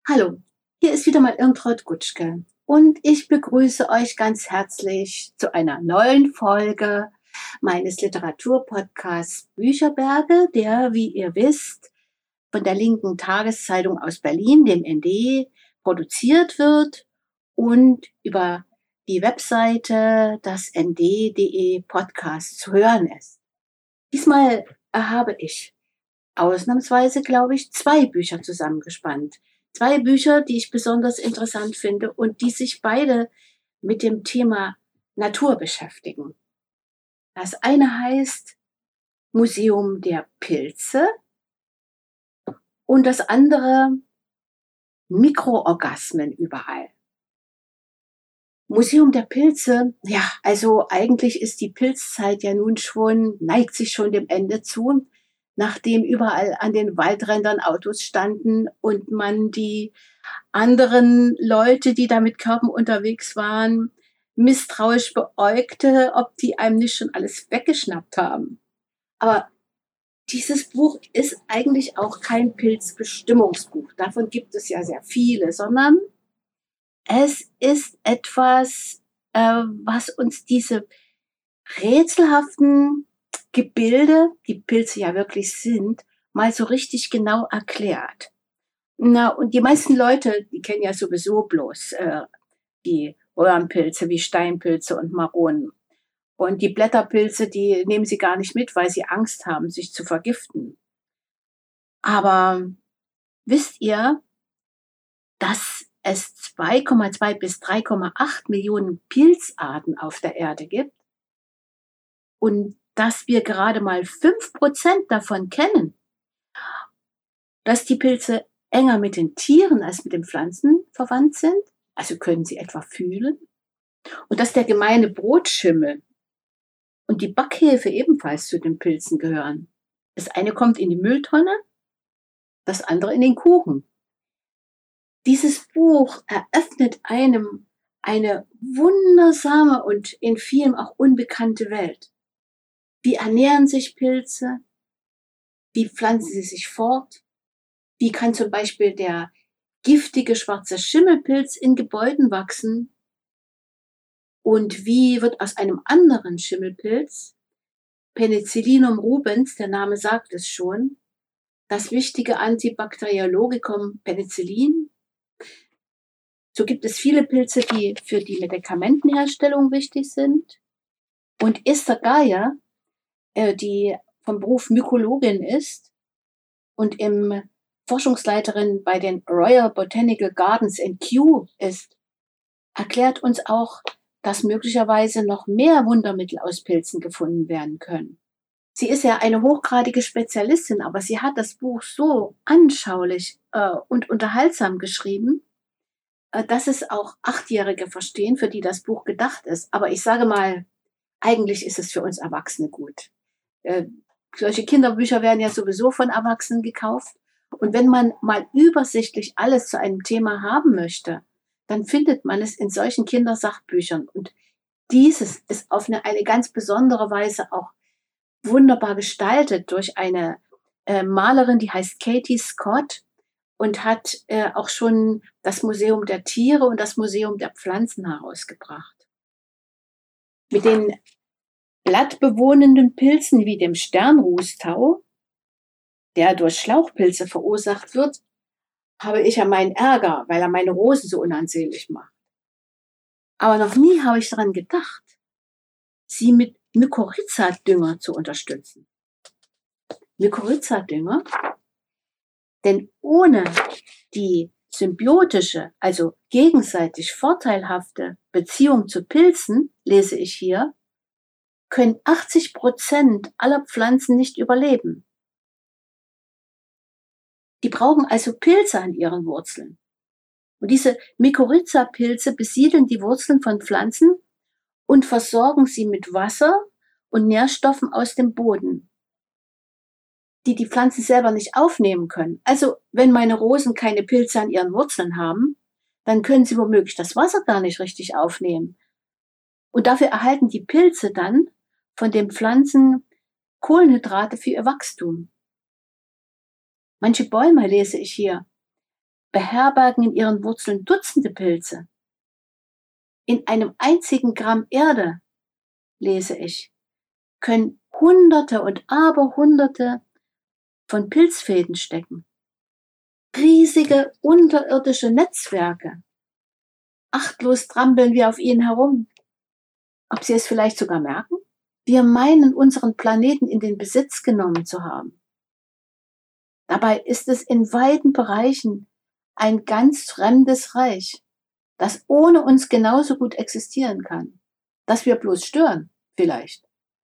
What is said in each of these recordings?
Hallo, hier ist wieder mal Irmtraut Gutschke und ich begrüße euch ganz herzlich zu einer neuen Folge meines Literaturpodcasts Bücherberge, der, wie ihr wisst, von der linken Tageszeitung aus Berlin, dem ND, produziert wird und über die Webseite das nd.de Podcast zu hören ist. Diesmal habe ich ausnahmsweise, glaube ich, 2 Bücher zusammengespannt. 2 Bücher, die ich besonders interessant finde und die sich beide mit dem Thema Natur beschäftigen. Das eine heißt Museum der Pilze und das andere Mikroorgasmen überall. Museum der Pilze, ja, also eigentlich ist die Pilzzeit ja nun schon, neigt sich schon dem Ende zu, nachdem überall an den Waldrändern Autos standen und man die anderen Leute, die da mit Körben unterwegs waren, misstrauisch beäugte, ob die einem nicht schon alles weggeschnappt haben. Aber dieses Buch ist eigentlich auch kein Pilzbestimmungsbuch. Davon gibt es ja sehr viele, sondern es ist etwas, was uns diese rätselhaften Gebilde, die Pilze ja wirklich sind, mal so richtig genau erklärt. Na, und die meisten Leute, die kennen ja sowieso bloß die Röhrenpilze wie Steinpilze und Maronen. Und die Blätterpilze, die nehmen sie gar nicht mit, weil sie Angst haben, sich zu vergiften. Aber wisst ihr, dass es 2,2 bis 3,8 Millionen Pilzarten auf der Erde gibt und dass wir gerade mal 5% davon kennen, dass die Pilze enger mit den Tieren als mit den Pflanzen verwandt sind, also können sie etwa fühlen, und dass der gemeine Brotschimmel und die Backhefe ebenfalls zu den Pilzen gehören. Das eine kommt in die Mülltonne, das andere in den Kuchen. Dieses Buch eröffnet einem eine wundersame und in vielem auch unbekannte Welt. Wie ernähren sich Pilze? Wie pflanzen sie sich fort? Wie kann zum Beispiel der giftige schwarze Schimmelpilz in Gebäuden wachsen? Und wie wird aus einem anderen Schimmelpilz, Penicillinum rubens, der Name sagt es schon, das wichtige Antibakteriologikum Penicillin? So gibt es viele Pilze, die für die Medikamentenherstellung wichtig sind. Und Esther Gaia, die vom Beruf Mykologin ist und im Forschungsleiterin bei den Royal Botanical Gardens in Kew ist, erklärt uns auch, dass möglicherweise noch mehr Wundermittel aus Pilzen gefunden werden können. Sie ist ja eine hochgradige Spezialistin, aber sie hat das Buch so anschaulich und unterhaltsam geschrieben, dass es auch Achtjährige verstehen, für die das Buch gedacht ist. Aber ich sage mal, eigentlich ist es für uns Erwachsene gut. Äh, Solche Kinderbücher werden ja sowieso von Erwachsenen gekauft. Und wenn man mal übersichtlich alles zu einem Thema haben möchte, dann findet man es in solchen Kindersachbüchern. Und dieses ist auf eine ganz besondere Weise auch wunderbar gestaltet durch eine Malerin, die heißt Katie Scott und hat auch schon das Museum der Tiere und das Museum der Pflanzen herausgebracht. Mit den blattbewohnenden Pilzen wie dem Sternrußtau, der durch Schlauchpilze verursacht wird, habe ich ja meinen Ärger, weil er meine Rosen so unansehnlich macht. Aber noch nie habe ich daran gedacht, sie mit Mykorrhiza-Dünger zu unterstützen. Mykorrhiza-Dünger? Denn ohne die symbiotische, also gegenseitig vorteilhafte Beziehung zu Pilzen, lese ich hier, können 80% aller Pflanzen nicht überleben. Die brauchen also Pilze an ihren Wurzeln. Und diese Mykorrhiza-Pilze besiedeln die Wurzeln von Pflanzen und versorgen sie mit Wasser und Nährstoffen aus dem Boden, die die Pflanzen selber nicht aufnehmen können. Also wenn meine Rosen keine Pilze an ihren Wurzeln haben, dann können sie womöglich das Wasser gar nicht richtig aufnehmen. Und dafür erhalten die Pilze dann von den Pflanzen Kohlenhydrate für ihr Wachstum. Manche Bäume, lese ich hier, beherbergen in ihren Wurzeln Dutzende Pilze. In einem einzigen Gramm Erde, lese ich, können Hunderte und Aberhunderte von Pilzfäden stecken. Riesige unterirdische Netzwerke. Achtlos trampeln wir auf ihnen herum. Ob Sie es vielleicht sogar merken? Wir meinen, unseren Planeten in den Besitz genommen zu haben. Dabei ist es in weiten Bereichen ein ganz fremdes Reich, das ohne uns genauso gut existieren kann, dass wir bloß stören, vielleicht.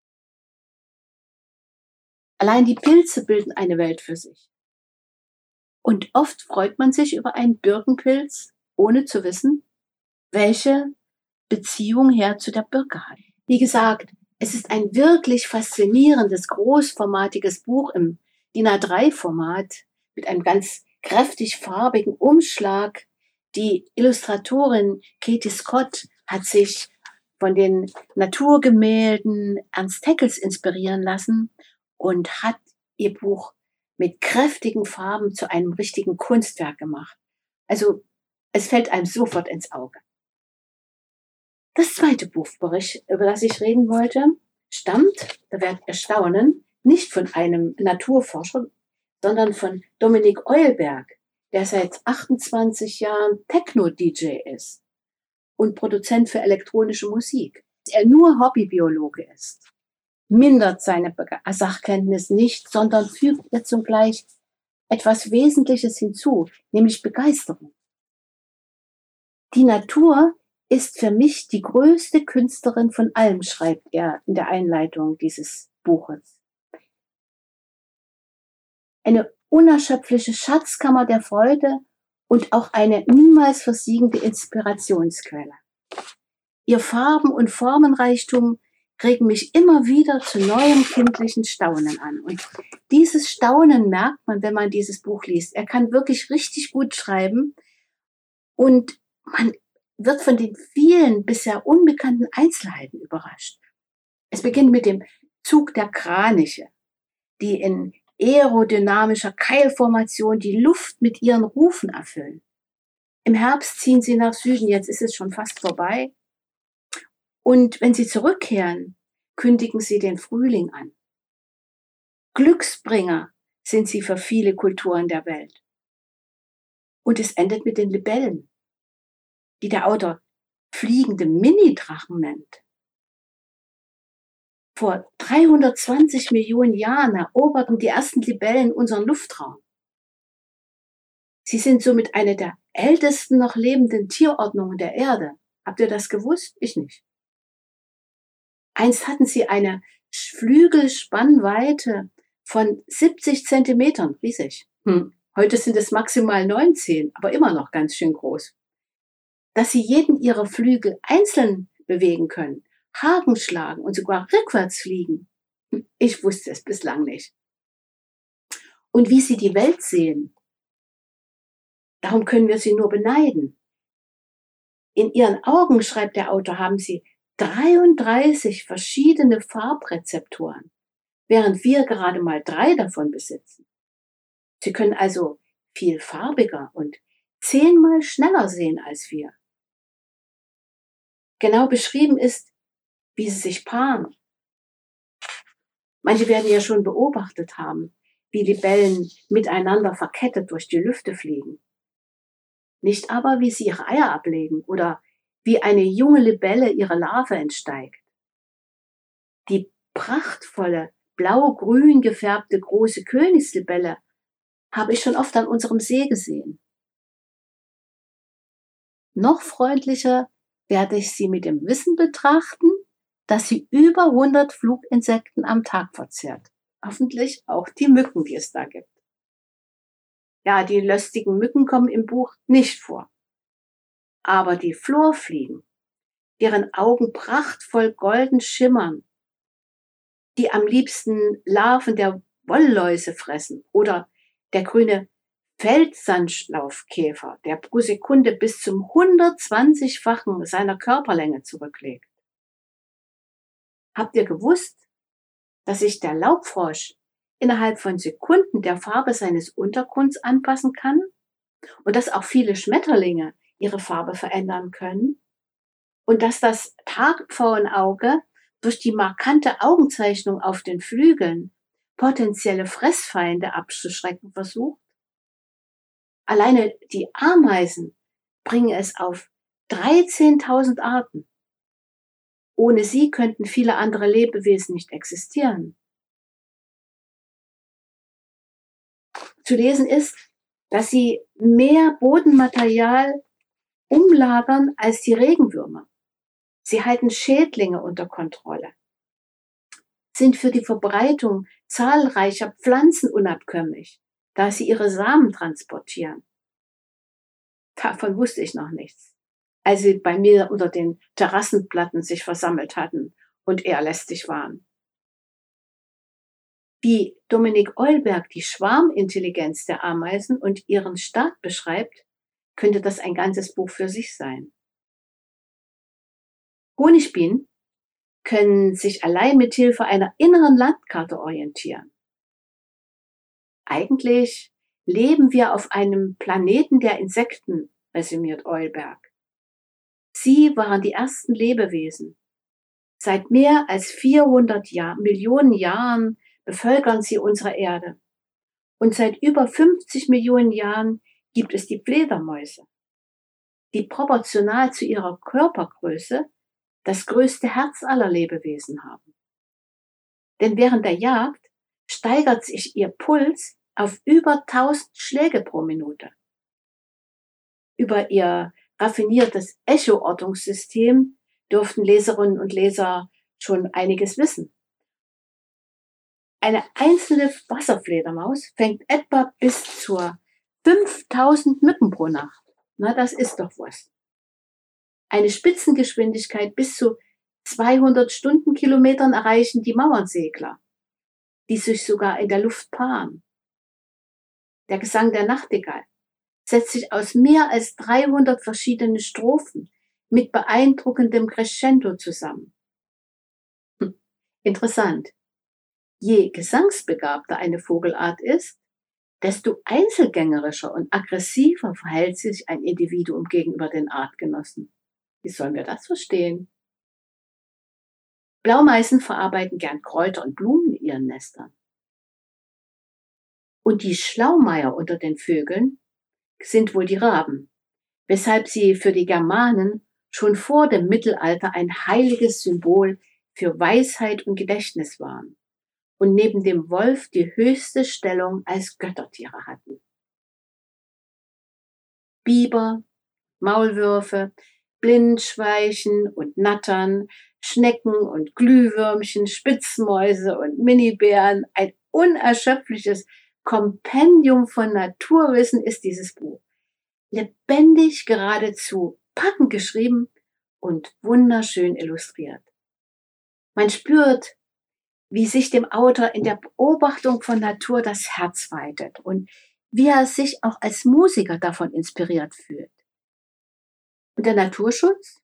Allein die Pilze bilden eine Welt für sich. Und oft freut man sich über einen Birkenpilz, ohne zu wissen, welche Beziehung her zu der Birke hat. Wie gesagt, es ist ein wirklich faszinierendes, großformatiges Buch im DIN A3-Format mit einem ganz kräftig farbigen Umschlag. Die Illustratorin Katie Scott hat sich von den Naturgemälden Ernst Haeckel's inspirieren lassen und hat ihr Buch mit kräftigen Farben zu einem richtigen Kunstwerk gemacht. Also es fällt einem sofort ins Auge. Das zweite Buch, über das ich reden wollte, stammt, da werdet ihr staunen, nicht von einem Naturforscher, sondern von Dominik Eulberg, der seit 28 Jahren Techno-DJ ist und Produzent für elektronische Musik. Dass er nur Hobbybiologe ist, mindert seine Sachkenntnis nicht, sondern fügt ihr zugleich etwas Wesentliches hinzu, nämlich Begeisterung. Die Natur ist für mich die größte Künstlerin von allem, schreibt er in der Einleitung dieses Buches. Eine unerschöpfliche Schatzkammer der Freude und auch eine niemals versiegende Inspirationsquelle. Ihr Farben- und Formenreichtum regen mich immer wieder zu neuem kindlichen Staunen an. Und dieses Staunen merkt man, wenn man dieses Buch liest. Er kann wirklich richtig gut schreiben und man wird von den vielen bisher unbekannten Einzelheiten überrascht. Es beginnt mit dem Zug der Kraniche, die in aerodynamischer Keilformation die Luft mit ihren Rufen erfüllen. Im Herbst ziehen sie nach Süden, jetzt ist es schon fast vorbei. Und wenn sie zurückkehren, kündigen sie den Frühling an. Glücksbringer sind sie für viele Kulturen der Welt. Und es endet mit den Libellen, die der Autor fliegende Mini-Drachen nennt. Vor 320 Millionen Jahren eroberten die ersten Libellen unseren Luftraum. Sie sind somit eine der ältesten noch lebenden Tierordnungen der Erde. Habt ihr das gewusst? Ich nicht. Einst hatten sie eine Flügelspannweite von 70 Zentimetern, riesig. Heute sind es maximal 19, aber immer noch ganz schön groß. Dass sie jeden ihrer Flügel einzeln bewegen können, Haken schlagen und sogar rückwärts fliegen. Ich wusste es bislang nicht. Und wie sie die Welt sehen, darum können wir sie nur beneiden. In ihren Augen, schreibt der Autor, haben sie 33 verschiedene Farbrezeptoren, während wir gerade mal 3 davon besitzen. Sie können also viel farbiger und 10-mal schneller sehen als wir. Genau beschrieben ist, wie sie sich paaren. Manche werden ja schon beobachtet haben, wie Libellen miteinander verkettet durch die Lüfte fliegen. Nicht aber, wie sie ihre Eier ablegen oder wie eine junge Libelle ihre Larve entsteigt. Die prachtvolle, blau-grün gefärbte große Königslibelle habe ich schon oft an unserem See gesehen. Noch freundlicher werde ich sie mit dem Wissen betrachten, dass sie über 100 Fluginsekten am Tag verzehrt. Hoffentlich auch die Mücken, die es da gibt. Ja, die lustigen Mücken kommen im Buch nicht vor. Aber die Florfliegen, deren Augen prachtvoll golden schimmern, die am liebsten Larven der Wollläuse fressen, oder der grüne Feldsandlaufkäfer, der pro Sekunde bis zum 120-fachen seiner Körperlänge zurücklegt. Habt ihr gewusst, dass sich der Laubfrosch innerhalb von Sekunden der Farbe seines Untergrunds anpassen kann? und dass auch viele Schmetterlinge ihre Farbe verändern können und dass das Tagpfauenauge durch die markante Augenzeichnung auf den Flügeln potenzielle Fressfeinde abzuschrecken versucht. Alleine die Ameisen bringen es auf 13.000 Arten. Ohne sie könnten viele andere Lebewesen nicht existieren. Zu lesen ist, dass sie mehr Bodenmaterial umlagern als die Regenwürmer. Sie halten Schädlinge unter Kontrolle, sind für die Verbreitung zahlreicher Pflanzen unabkömmlich, da sie ihre Samen transportieren. Davon wusste ich noch nichts, als sie bei mir unter den Terrassenplatten sich versammelt hatten und eher lästig waren. Wie Dominik Eulberg die Schwarmintelligenz der Ameisen und ihren Staat beschreibt, könnte das ein ganzes Buch für sich sein. Honigbienen können sich allein mit Hilfe einer inneren Landkarte orientieren. Eigentlich leben wir auf einem Planeten der Insekten, resümiert Eulberg. Sie waren die ersten Lebewesen. Seit mehr als 400 Millionen Jahren bevölkern sie unsere Erde. Und seit über 50 Millionen Jahren gibt es die Fledermäuse, die proportional zu ihrer Körpergröße das größte Herz aller Lebewesen haben. Denn während der Jagd steigert sich ihr Puls auf über 1000 Schläge pro Minute. Über ihr raffiniertes Echoortungssystem dürften Leserinnen und Leser schon einiges wissen. Eine einzelne Wasserfledermaus fängt etwa bis zu 5000 Mücken pro Nacht. Na, das ist doch was. Eine Spitzengeschwindigkeit bis zu 200 Stundenkilometern erreichen die Mauernsegler, die sich sogar in der Luft paaren. Der Gesang der Nachtigall setzt sich aus mehr als 300 verschiedenen Strophen mit beeindruckendem Crescendo zusammen. Interessant. Je gesangsbegabter eine Vogelart ist, desto einzelgängerischer und aggressiver verhält sich ein Individuum gegenüber den Artgenossen. Wie sollen wir das verstehen? Blaumeisen verarbeiten gern Kräuter und Blumen in ihren Nestern. Und die Schlaumeier unter den Vögeln sind wohl die Raben, weshalb sie für die Germanen schon vor dem Mittelalter ein heiliges Symbol für Weisheit und Gedächtnis waren und neben dem Wolf die höchste Stellung als Göttertiere hatten. Biber, Maulwürfe, Blindschweichen und Nattern, Schnecken und Glühwürmchen, Spitzmäuse und Minibären, ein unerschöpfliches Kompendium von Naturwissen ist dieses Buch. Lebendig, geradezu packend geschrieben und wunderschön illustriert. Man spürt, wie sich dem Autor in der Beobachtung von Natur das Herz weitet und wie er sich auch als Musiker davon inspiriert fühlt. Und der Naturschutz?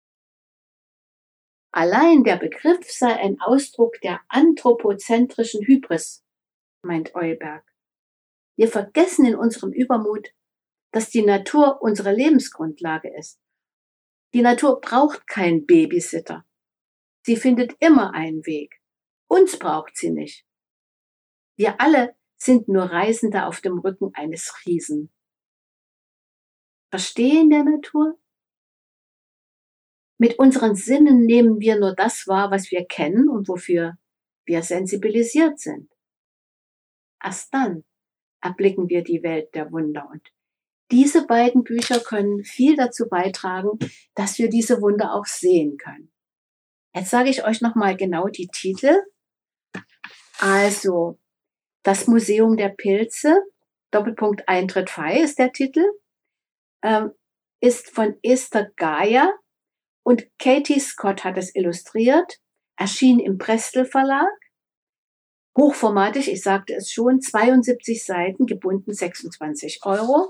Allein der Begriff sei ein Ausdruck der anthropozentrischen Hybris, meint Eulberg. Wir vergessen in unserem Übermut, dass die Natur unsere Lebensgrundlage ist. Die Natur braucht keinen Babysitter. Sie findet immer einen Weg. Uns braucht sie nicht. Wir alle sind nur Reisende auf dem Rücken eines Riesen. Verstehen der Natur? Mit unseren Sinnen nehmen wir nur das wahr, was wir kennen und wofür wir sensibilisiert sind. Erst dann erblicken wir die Welt der Wunder. Und diese beiden Bücher können viel dazu beitragen, dass wir diese Wunder auch sehen können. Jetzt sage ich euch nochmal genau die Titel. Also, das Museum der Pilze, Doppelpunkt Eintritt frei ist der Titel, ist von Esther Gaia und Katie Scott hat es illustriert, erschien im Prestel Verlag. Hochformatig, ich sagte es schon, 72 Seiten, gebunden 26 €.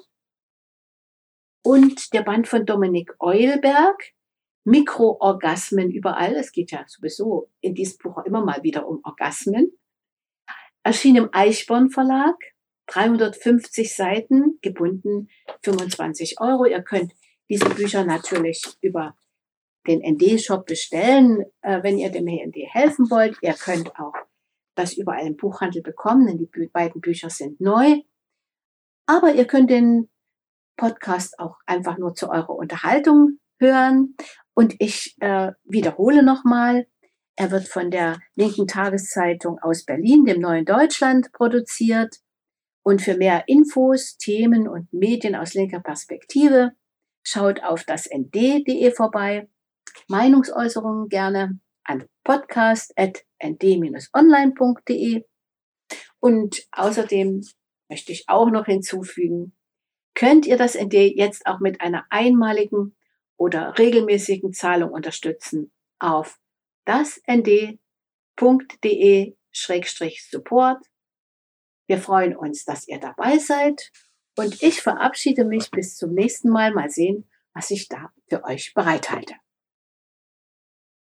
Und der Band von Dominik Eulberg, Mikroorgasmen überall, es geht ja sowieso in diesem Buch immer mal wieder um Orgasmen, erschien im Eichborn Verlag. 350 Seiten, gebunden 25 Euro. Ihr könnt diese Bücher natürlich über den ND-Shop bestellen, wenn ihr dem ND helfen wollt. Ihr könnt auch das überall im Buchhandel bekommen, denn die beiden Bücher sind neu. Aber ihr könnt den Podcast auch einfach nur zu eurer Unterhaltung hören. Und ich wiederhole nochmal, er wird von der linken Tageszeitung aus Berlin, dem Neuen Deutschland, produziert. Und für mehr Infos, Themen und Medien aus linker Perspektive schaut auf das nd.de vorbei. Meinungsäußerungen gerne an podcast@nd-online.de. Und außerdem möchte ich auch noch hinzufügen, könnt ihr das ND jetzt auch mit einer einmaligen oder regelmäßigen Zahlung unterstützen auf dasnd.de/support. Wir freuen uns, dass ihr dabei seid und ich verabschiede mich bis zum nächsten Mal. Mal sehen, was ich da für euch bereithalte.